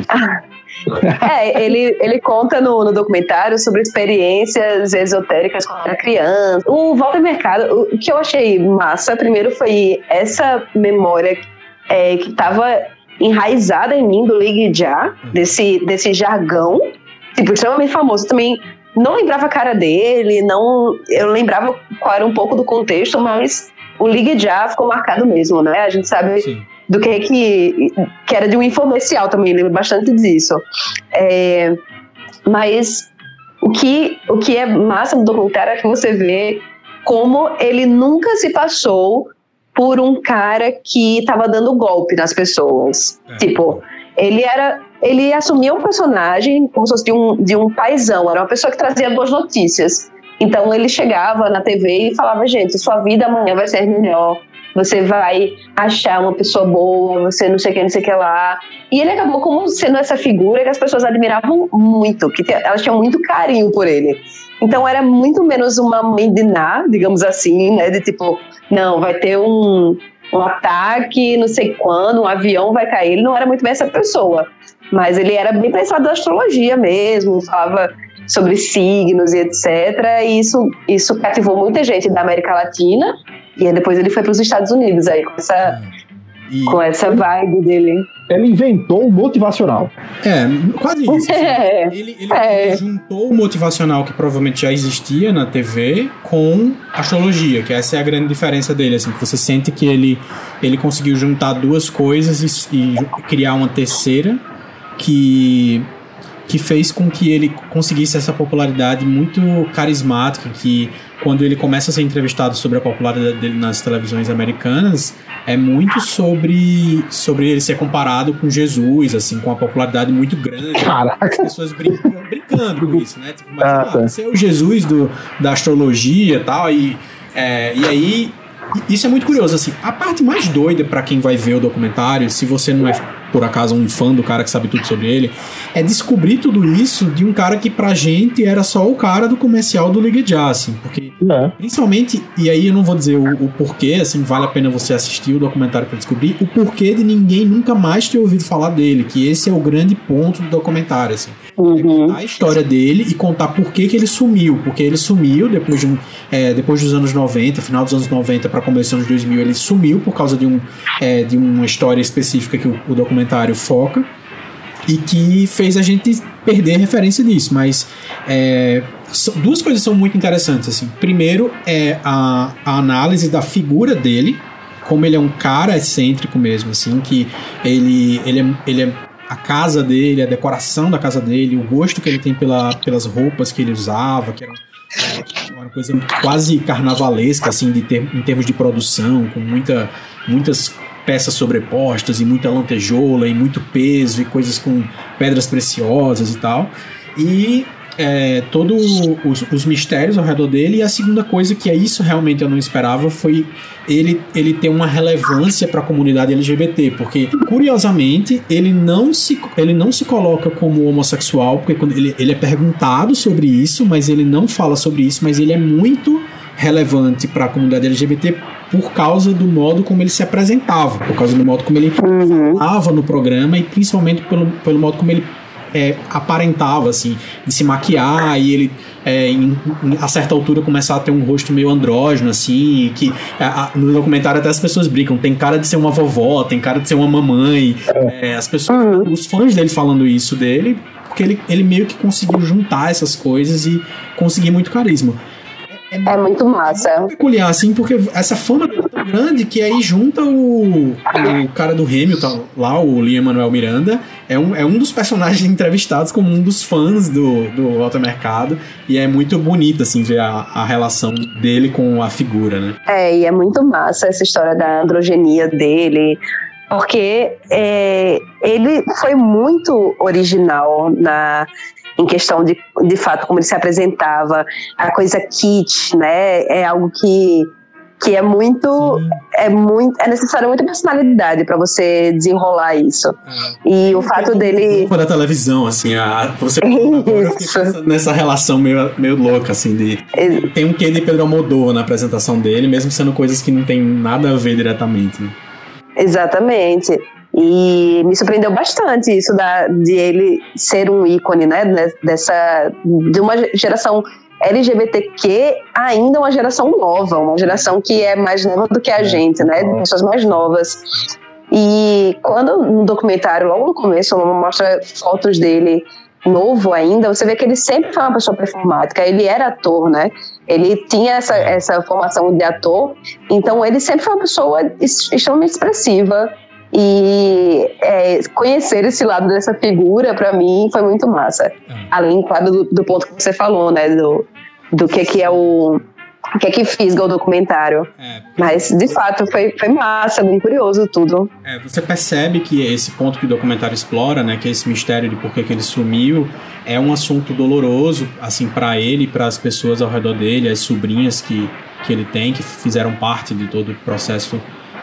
Ele conta no documentário sobre experiências esotéricas quando era criança. O Walter Mercado, o que eu achei massa, primeiro foi essa memória que estava enraizada em mim do Ligue Já, desse jargão, tipo, extremamente famoso. Eu também não lembrava a cara dele, eu lembrava qual era um pouco do contexto, mas o Ligue Já ficou marcado mesmo, né? A gente sabe... Sim. Do que era de um infomercial também, lembro bastante disso. Mas o que é massa no documentário é que você vê como ele nunca se passou por um cara que estava dando golpe nas pessoas. Tipo, ele assumia um personagem como se fosse de um paizão, era uma pessoa que trazia boas notícias. Então ele chegava na TV e falava: gente, sua vida amanhã vai ser melhor, você vai achar uma pessoa boa, você não sei o que lá. E ele acabou como sendo essa figura que as pessoas admiravam muito, que elas tinham muito carinho por ele. Então era muito menos uma mãe de Ná, digamos assim, né? De tipo, não, vai ter um ataque, não sei quando, um avião vai cair. Ele não era muito bem essa pessoa, mas ele era bem pensado da astrologia mesmo, falava sobre signos e etc. E isso cativou muita gente da América Latina. E aí depois ele foi para os Estados Unidos aí com essa vibe dele. Ele inventou o motivacional. Quase isso. Assim. Ele juntou o motivacional que provavelmente já existia na TV com astrologia, que essa é a grande diferença dele, assim, que você sente que ele conseguiu juntar duas coisas e criar uma terceira que fez com que ele conseguisse essa popularidade muito carismática, que quando ele começa a ser entrevistado sobre a popularidade dele nas televisões americanas, é muito sobre ele ser comparado com Jesus, assim, com uma popularidade muito grande. Caraca. As pessoas brincando com isso, né? Tipo, você é o Jesus da astrologia e tal, e aí isso é muito curioso, assim. A parte mais doida pra quem vai ver o documentário, se você não é por acaso um fã do cara que sabe tudo sobre ele, é descobrir tudo isso de um cara que pra gente era só o cara do comercial do Ligue Já, assim, porque principalmente, e aí eu não vou dizer o porquê, assim, vale a pena você assistir o documentário pra descobrir o porquê de ninguém nunca mais ter ouvido falar dele, que esse é o grande ponto do documentário, assim. É contar a história dele e contar por que ele sumiu, porque ele sumiu depois dos anos 90, final dos anos 90 para começo dos anos 2000, ele sumiu por causa de uma história específica que o documentário foca. e que fez a gente perder referência disso, mas duas coisas são muito interessantes, assim. Primeiro é a análise da figura dele, como ele é um cara excêntrico mesmo, assim, que ele é a casa dele, a decoração da casa dele, o gosto que ele tem pelas roupas que ele usava, que era uma coisa quase carnavalesca, assim, em termos de produção, com muitas peças sobrepostas e muita lantejoula e muito peso e coisas com pedras preciosas e tal. E todos os mistérios ao redor dele. E a segunda coisa, que é isso realmente eu não esperava, foi ele ter uma relevância para a comunidade LGBT, porque curiosamente ele não se coloca como homossexual, porque quando ele é perguntado sobre isso, mas ele não fala sobre isso, mas ele é muito relevante para a comunidade LGBT por causa do modo como ele se apresentava, por causa do modo como ele falava no programa, e principalmente pelo modo como ele aparentava, assim, de se maquiar, e ele a certa altura começar a ter um rosto meio andrógeno, assim, que no documentário até as pessoas brincam, tem cara de ser uma vovó, tem cara de ser uma mamãe, as pessoas, os fãs dele falando isso dele, porque ele meio que conseguiu juntar essas coisas e conseguir muito carisma. É muito massa. É peculiar, assim, porque essa fama é tão grande que aí junta o cara do Hamilton lá, o Lin-Manuel Miranda, é um dos personagens entrevistados como um dos fãs do Walter Mercado, e é muito bonito, assim, ver a relação dele com a figura, né? E é muito massa essa história da androgenia dele, porque ele foi muito original em questão de fato como ele se apresentava, a coisa kit, né, é algo que é muito, é necessário muita personalidade para você desenrolar isso. E o fato dele... da televisão, assim, você agora pensando nessa relação meio louca, assim, tem um quê de Pedro Almodóvar na apresentação dele, mesmo sendo coisas que não tem nada a ver diretamente, né? Exatamente. E me surpreendeu bastante isso de ele ser um ícone, né, de uma geração LGBTQ, ainda uma geração nova, uma geração que é mais nova do que a gente, né, de pessoas mais novas. E quando no documentário, logo no começo, mostra fotos dele novo ainda, você vê que ele sempre foi uma pessoa performática, ele era ator, né, ele tinha essa formação de ator, então ele sempre foi uma pessoa extremamente expressiva. E conhecer esse lado dessa figura, pra mim, foi muito massa. Além, claro, do ponto que você falou, né? Do que é o que é que fisga o documentário. Mas, de fato, foi massa, bem curioso tudo. Você percebe que esse ponto que o documentário explora, né? Que é esse mistério de por que ele sumiu, é um assunto doloroso, assim, pra ele e pras pessoas ao redor dele, as sobrinhas que ele tem, que fizeram parte de todo o processo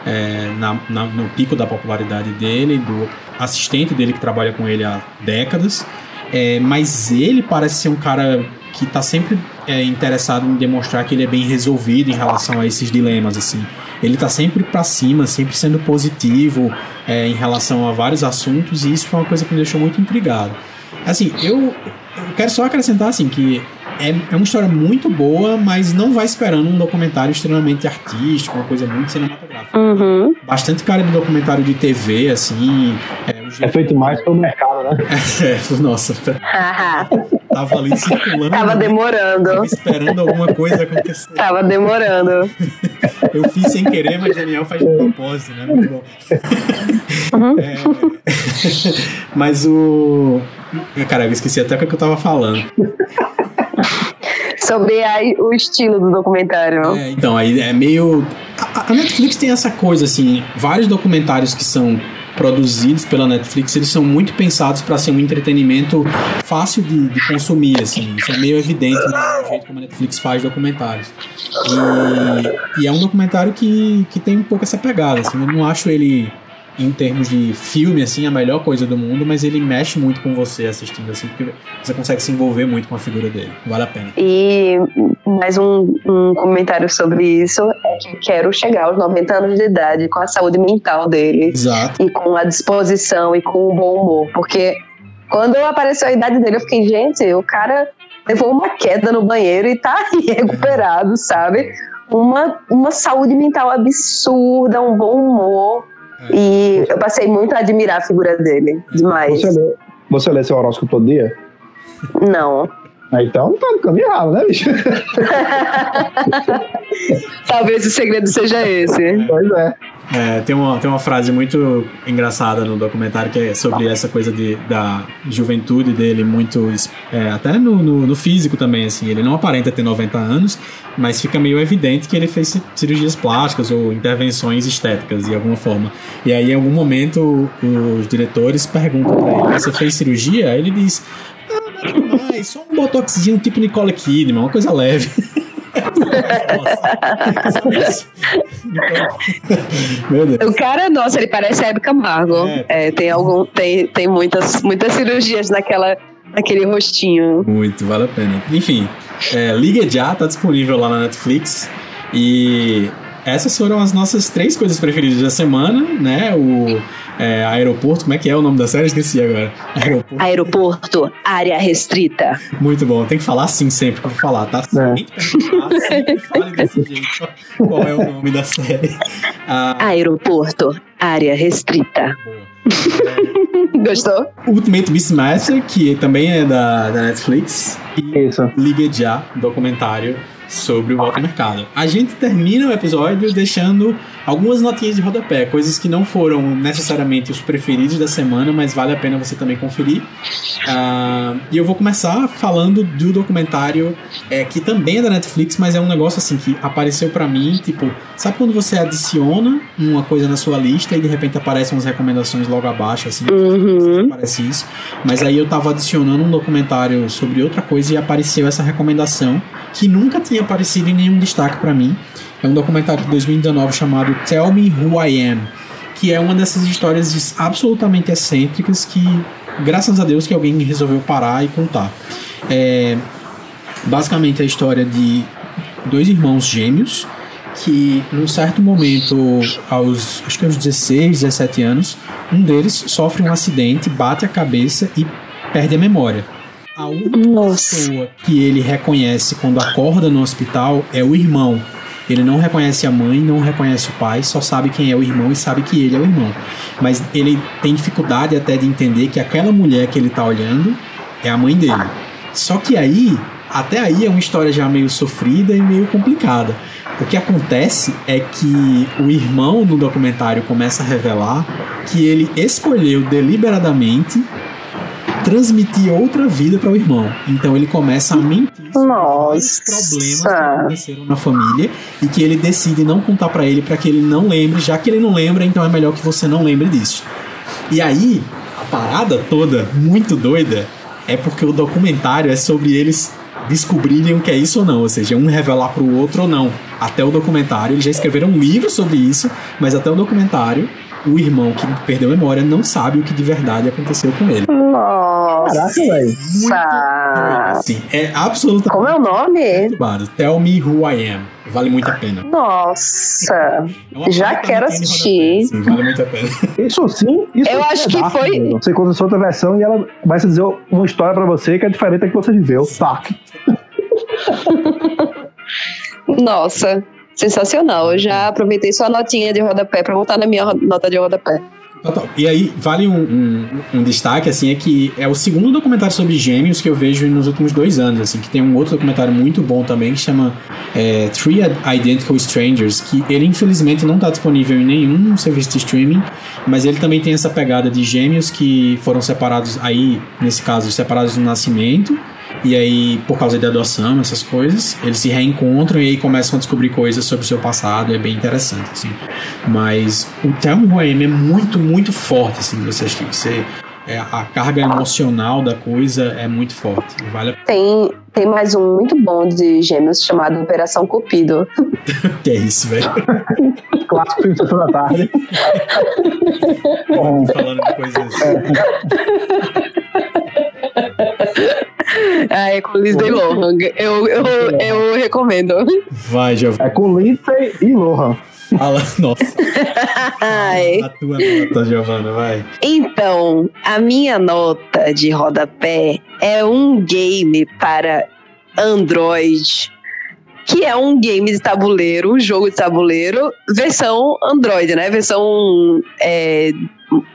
no pico da popularidade dele, do assistente dele que trabalha com ele há décadas, mas ele parece ser um cara que está sempre interessado em demonstrar que ele é bem resolvido em relação a esses dilemas, assim. Ele está sempre para cima, sempre sendo positivo em relação a vários assuntos, e isso foi uma coisa que me deixou muito intrigado. Assim, eu quero só acrescentar, assim, que é uma história muito boa, mas não vai esperando um documentário extremamente artístico, uma coisa muito cinematográfica. Bastante cara de documentário de TV, assim. É feito mais pelo mercado, né? Nossa. Tava ali circulando. Tava demorando. Tava esperando alguma coisa acontecer. Tava demorando. Eu fiz sem querer, mas Daniel faz de propósito, né? Muito bom. Mas Cara, eu esqueci até o que eu tava falando. Sobre o estilo do documentário. Então, aí é meio... A Netflix tem essa coisa, assim, vários documentários que são produzidos pela Netflix, eles são muito pensados para ser um entretenimento fácil de consumir, assim. Isso é meio evidente no jeito como a Netflix faz documentários. E é um documentário que tem um pouco essa pegada, assim. Eu não acho ele, em termos de filme, assim, a melhor coisa do mundo, mas ele mexe muito com você assistindo, assim, porque você consegue se envolver muito com a figura dele. Vale a pena. E mais um comentário sobre isso é que quero chegar aos 90 anos de idade com a saúde mental dele. Exato. E com a disposição e com o bom humor, porque quando apareceu a idade dele, eu fiquei, gente, o cara levou uma queda no banheiro e tá aí recuperado, sabe? Uma saúde mental absurda, um bom humor. E eu passei muito a admirar a figura dele, demais. Você lê seu horóscopo todo dia? Não. Então tá no caminho errado, né, bicho? Talvez o segredo seja esse. Pois é. Tem uma frase muito engraçada no documentário que é sobre essa coisa da juventude dele, muito até no físico também, assim. Ele não aparenta ter 90 anos, mas fica meio evidente que ele fez cirurgias plásticas ou intervenções estéticas de alguma forma. E aí, em algum momento, os diretores perguntam pra ele: você fez cirurgia? Aí ele diz: nada demais, só um botoxzinho tipo Nicole Kidman, uma coisa leve. Meu Deus. O cara, nossa, ele parece Hebe Camargo. Tem muitas cirurgias naquele rostinho. Muito, vale a pena. Enfim, Ligue Já tá disponível lá na Netflix. E essas foram as nossas 3 coisas preferidas da semana, né? Aeroporto, como é que é o nome da série? Esqueci agora. Aeroporto, área restrita. Muito bom, tem que falar assim sempre que eu vou falar, tá? Sempre fale desse jeito. Qual é o nome da série? Aeroporto, área restrita. Boa. Gostou? Ultimate Beastmaster, que também é da Netflix. E Isso. Ligue Já, documentário sobre o Walter Mercado. A gente termina o episódio deixando algumas notinhas de rodapé, coisas que não foram necessariamente os preferidos da semana, mas vale a pena você também conferir. E eu vou começar falando do documentário que também é da Netflix, mas é um negócio assim que apareceu pra mim, tipo, sabe quando você adiciona uma coisa na sua lista e de repente aparecem umas recomendações logo abaixo, assim, aparece isso, mas aí eu tava adicionando um documentário sobre outra coisa e apareceu essa recomendação que nunca tinha aparecido em nenhum destaque pra mim. É um documentário de 2019 chamado Tell Me Who I Am, que é uma dessas histórias absolutamente excêntricas que, graças a Deus, que alguém resolveu parar e contar. Basicamente a história de 2 irmãos gêmeos que, num certo momento, acho que aos 16, 17 anos, um deles sofre um acidente, bate a cabeça e perde a memória. A única pessoa que ele reconhece quando acorda no hospital é o irmão. Ele não reconhece a mãe, não reconhece o pai, só sabe quem é o irmão e sabe que ele é o irmão. Mas ele tem dificuldade até de entender que aquela mulher que ele tá olhando é a mãe dele. Só que até aí é uma história já meio sofrida e meio complicada. O que acontece é que o irmão no documentário começa a revelar que ele escolheu deliberadamente transmitir outra vida para o irmão. Então ele começa a mentir sobre vários problemas que aconteceram na família e que ele decide não contar para ele para que ele não lembre, já que ele não lembra, então é melhor que você não lembre disso. E aí, a parada toda, muito doida, é porque o documentário é sobre eles descobrirem o que é isso ou não, ou seja, um revelar pro outro ou não. Até o documentário, eles já escreveram um livro sobre isso, mas até o documentário, o irmão que perdeu a memória não sabe o que de verdade aconteceu com ele. Nossa! Caraca, velho. Sim, é absolutamente... Como é o nome? Tell Me Who I Am. Vale muito a pena. Nossa! Já quero assistir. Sim, vale muito a pena. Isso sim. Eu acho que foi... Você conta a outra versão e ela começa a dizer uma história pra você que é diferente da que você viveu. Tá. Nossa, sensacional. Eu já aproveitei sua notinha de rodapé pra voltar na minha nota de rodapé. Total. E aí, vale um destaque, assim, é que é o segundo documentário sobre gêmeos que eu vejo nos últimos 2 anos, assim, que tem um outro documentário muito bom também, que chama Three Identical Strangers, que ele, infelizmente, não está disponível em nenhum serviço de streaming, mas ele também tem essa pegada de gêmeos que foram separados, aí, nesse caso, separados no nascimento, e aí, por causa de adoção, essas coisas, eles se reencontram e aí começam a descobrir coisas sobre o seu passado, é bem interessante, assim. Mas o Tell Me Who I Am é muito, muito forte, assim, a carga emocional da coisa é muito forte. Vale a... Tem mais um muito bom de gêmeos chamado Operação Cupido. Que é isso, velho? Clássico filme de Sessão da Tarde. Falando de coisas... É com Lindsay Lohan. Eu recomendo. Vai, Giovanna. É com Lindsay e Lohan. Nossa. Ai. A tua nota, Giovanna, vai. Então, a minha nota de rodapé é um game para Android, que é um game de tabuleiro, um jogo de tabuleiro, versão Android, né? Versão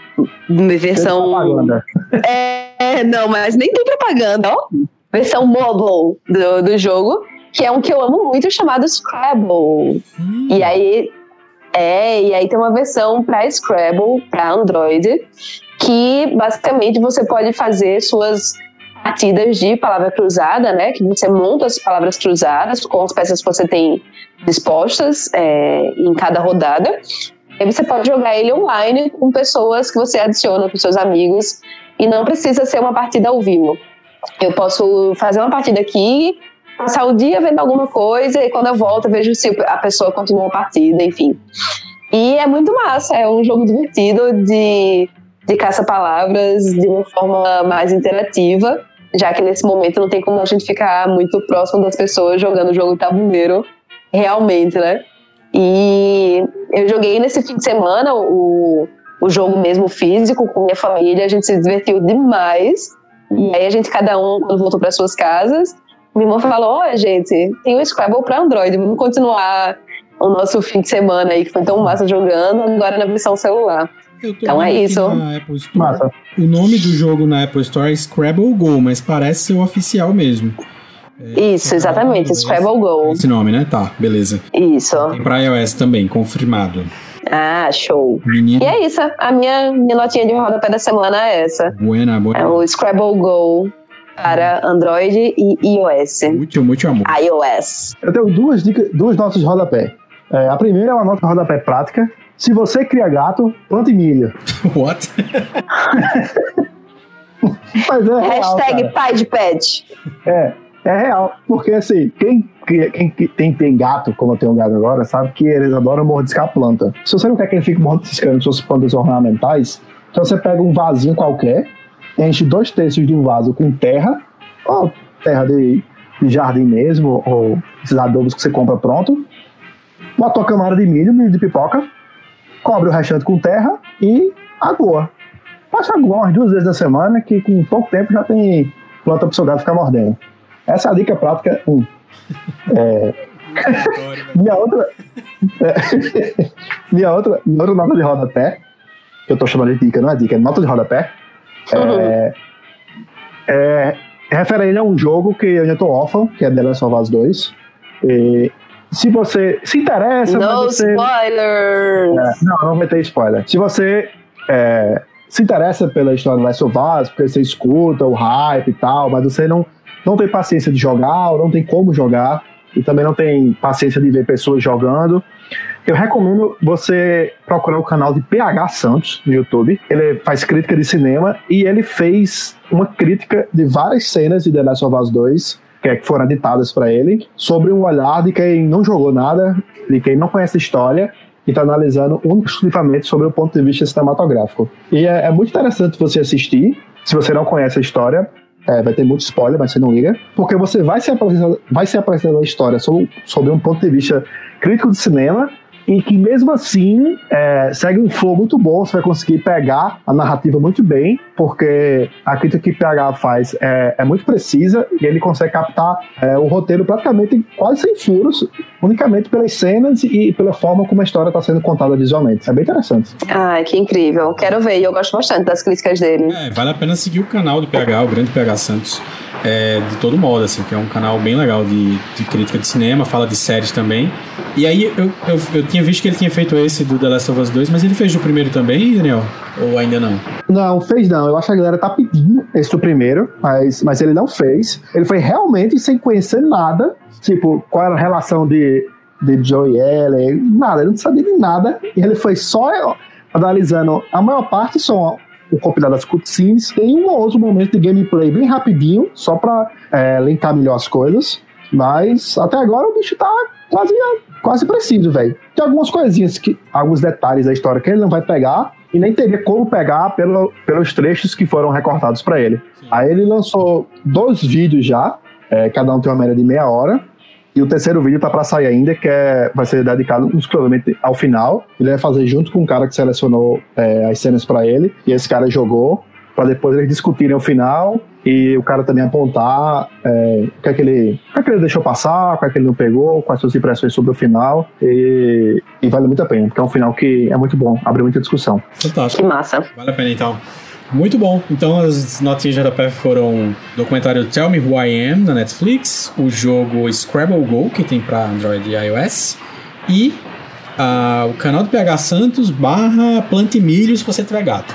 Versão... propaganda. Não, mas nem tem propaganda, ó. Versão mobile do jogo, que é um que eu amo muito, chamado Scrabble. E aí tem uma versão para Scrabble, para Android, que basicamente você pode fazer suas partidas de palavra cruzada, né? Que você monta as palavras cruzadas com as peças que você tem dispostas em cada rodada. E você pode jogar ele online com pessoas que você adiciona, com seus amigos, e não precisa ser uma partida ao vivo. Eu posso fazer uma partida aqui, passar o dia vendo alguma coisa, e quando eu volto eu vejo se a pessoa continua a partida, enfim. E é muito massa, é um jogo divertido de caça-palavras de uma forma mais interativa, já que nesse momento não tem como a gente ficar muito próximo das pessoas jogando o jogo de tabuleiro, realmente, né? E eu joguei nesse fim de semana o jogo mesmo físico com minha família, a gente se divertiu demais. E aí a gente, cada um, quando voltou para suas casas, minha irmã falou, gente, tem o Scrabble para Android, vamos continuar o nosso fim de semana aí, que foi tão massa jogando, agora na versão celular. Então é isso. Massa. O nome do jogo na Apple Store é Scrabble Go, mas parece ser o oficial mesmo. Isso, exatamente, Scrabble Go. Esse nome, né? Tá, beleza. Isso. Tem pra iOS também, confirmado. Ah, show. Menino. E é isso, a minha notinha de rodapé da semana é essa. Buena. É o Scrabble Go para Android e iOS. Muito amor. iOS. Eu tenho duas notas de rodapé. A primeira é uma nota de rodapé prática. Se você cria gato, plante milho. What? Mas é real, Hashtag cara. pai de pet. É real. Porque assim, quem tem gato, como eu tenho um gato agora, sabe que eles adoram mordiscar a planta. Se você não quer que ele fique mordiscando suas plantas ornamentais, então você pega um vasinho qualquer, enche 2/3 de um vaso com terra, ou terra de jardim mesmo, ou esses adubos que você compra pronto, bota uma camada de milho de pipoca, cobre o restante com terra e aguar. Passa aguar umas 2 vezes na semana, que com pouco tempo já tem planta para o seu gato ficar mordendo. Essa é a dica prática 1. Minha outra nota de rodapé, que eu tô chamando de dica, não é dica, é nota de rodapé, referente a um jogo que eu já tô órfão, que é The Last of Us 2. E se você se interessa... No spoilers! Não vai ter spoiler. Se você se interessa pela história do Last of Us, porque você escuta o hype e tal, mas você não tem paciência de jogar, ou não tem como jogar, e também não tem paciência de ver pessoas jogando, eu recomendo você procurar o canal de PH Santos no YouTube. Ele faz crítica de cinema, e ele fez uma crítica de várias cenas de The Last of Us 2, que foram editadas para ele, sobre um olhar de quem não jogou nada, de quem não conhece a história, e está analisando exclusivamente sobre o ponto de vista cinematográfico. E é muito interessante você assistir, se você não conhece a história. Vai ter muito spoiler, mas você não liga, porque você vai se apresentando a história sobre um ponto de vista crítico de cinema, e que mesmo assim segue um flow muito bom. Você vai conseguir pegar a narrativa muito bem, porque a crítica que PH faz é muito precisa, e ele consegue captar o roteiro praticamente quase sem furos, unicamente pelas cenas e pela forma como a história está sendo contada visualmente. É bem interessante. Ai, que incrível. Quero ver, e eu gosto bastante das críticas dele. Vale a pena seguir o canal do PH, o grande PH Santos, de todo modo, assim, que é um canal bem legal de crítica de cinema, fala de séries também. E aí eu tinha visto que ele tinha feito esse do The Last of Us 2, mas ele fez o primeiro também, Daniel? Ou ainda não? Não, fez não. Eu acho que a galera tá pedindo esse do primeiro, mas ele não fez. Ele foi realmente sem conhecer nada, tipo, qual era a relação de Joe e Ellie, nada, ele não sabia de nada, e ele foi só analisando. A maior parte são o compilado das cutscenes, tem um ou outro momento de gameplay bem rapidinho, só pra linkar melhor as coisas, mas até agora o bicho tá quase preciso, velho. Tem algumas coisinhas, alguns detalhes da história que ele não vai pegar, e nem teria como pegar pelos trechos que foram recortados pra ele. Sim. Aí ele lançou 2 vídeos já, cada um tem uma média de meia hora, e o terceiro vídeo tá pra sair ainda, que vai ser dedicado exclusivamente ao final. Ele vai fazer junto com o cara que selecionou as cenas pra ele, e esse cara jogou, pra depois eles discutirem o final e o cara também apontar o que é que ele deixou passar, o que é que ele não pegou, quais suas impressões sobre o final, e vale muito a pena, porque é um final que é muito bom, abre muita discussão. Fantástico. Que massa. Vale a pena, então. Muito bom. Então, as notinhas de JP foram o documentário Tell Me Who I Am, na Netflix, o jogo Scrabble Go, que tem para Android e iOS, e o canal do PH Santos / Plante Milho se você tiver gato.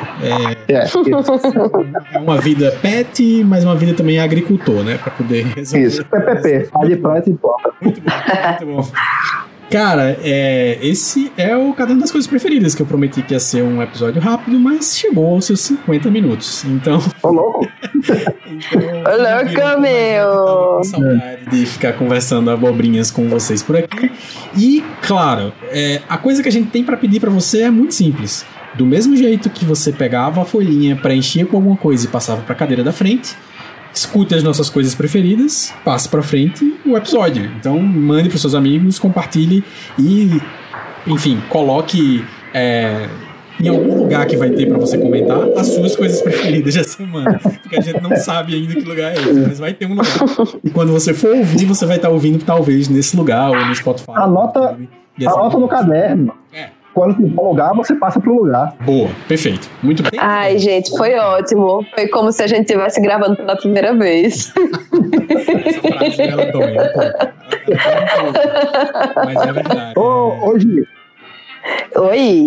É uma vida pet, mas uma vida também agricultor, né? Pra poder resolver. Isso, PPP. Ali planta e planta. Muito bom, muito bom. Cara, esse é o Caderno das Coisas Preferidas, que eu prometi que ia ser um episódio rápido, mas chegou aos seus 50 minutos. Então... Ô, louco! Ô, louco, meu! Com saudade de ficar conversando abobrinhas com vocês por aqui. E, claro, a coisa que a gente tem pra pedir pra você é muito simples. Do mesmo jeito que você pegava a folhinha, preenchia com alguma coisa e passava pra cadeira da frente, escute as nossas coisas preferidas, passe pra frente o episódio. Então, mande pros seus amigos, compartilhe e, enfim, coloque em algum lugar que vai ter pra você comentar as suas coisas preferidas da semana. Porque a gente não sabe ainda que lugar é esse, mas vai ter um lugar. E quando você for ouvir, você vai estar ouvindo talvez nesse lugar ou no Spotify. Anota no caderno. Quando tiver um lugar, você passa pro lugar. Boa, perfeito. Muito bem. Ai, gente, foi ótimo. Foi como se a gente estivesse gravando pela primeira vez. Essa frase ela dói um pouco. Mas é verdade. Ô, Gi. Oi.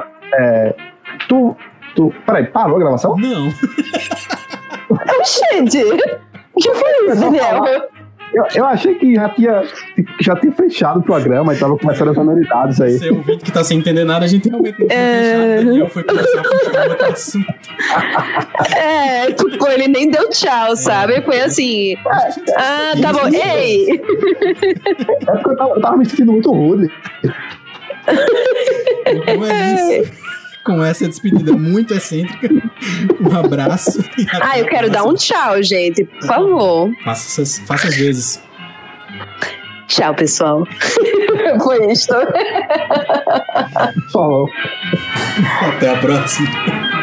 Peraí, parou a gravação? Não. Gente, o que foi isso, Daniel? Eu achei que já tinha fechado o programa e tava começando as sonoridades aí. Você ouvinte que tá sem entender nada, a gente realmente não tinha fechado. Daniel foi começar a puxar outro assunto. Tipo, ele nem deu tchau, sabe? Foi assim. Tá bom. Ei! É porque eu tava me sentindo muito rude. Então é isso. Com essa despedida muito excêntrica, um abraço. Eu quero dar um tchau, gente, por favor. Faça às vezes. Tchau, pessoal. Foi isto. Falou. Até a próxima.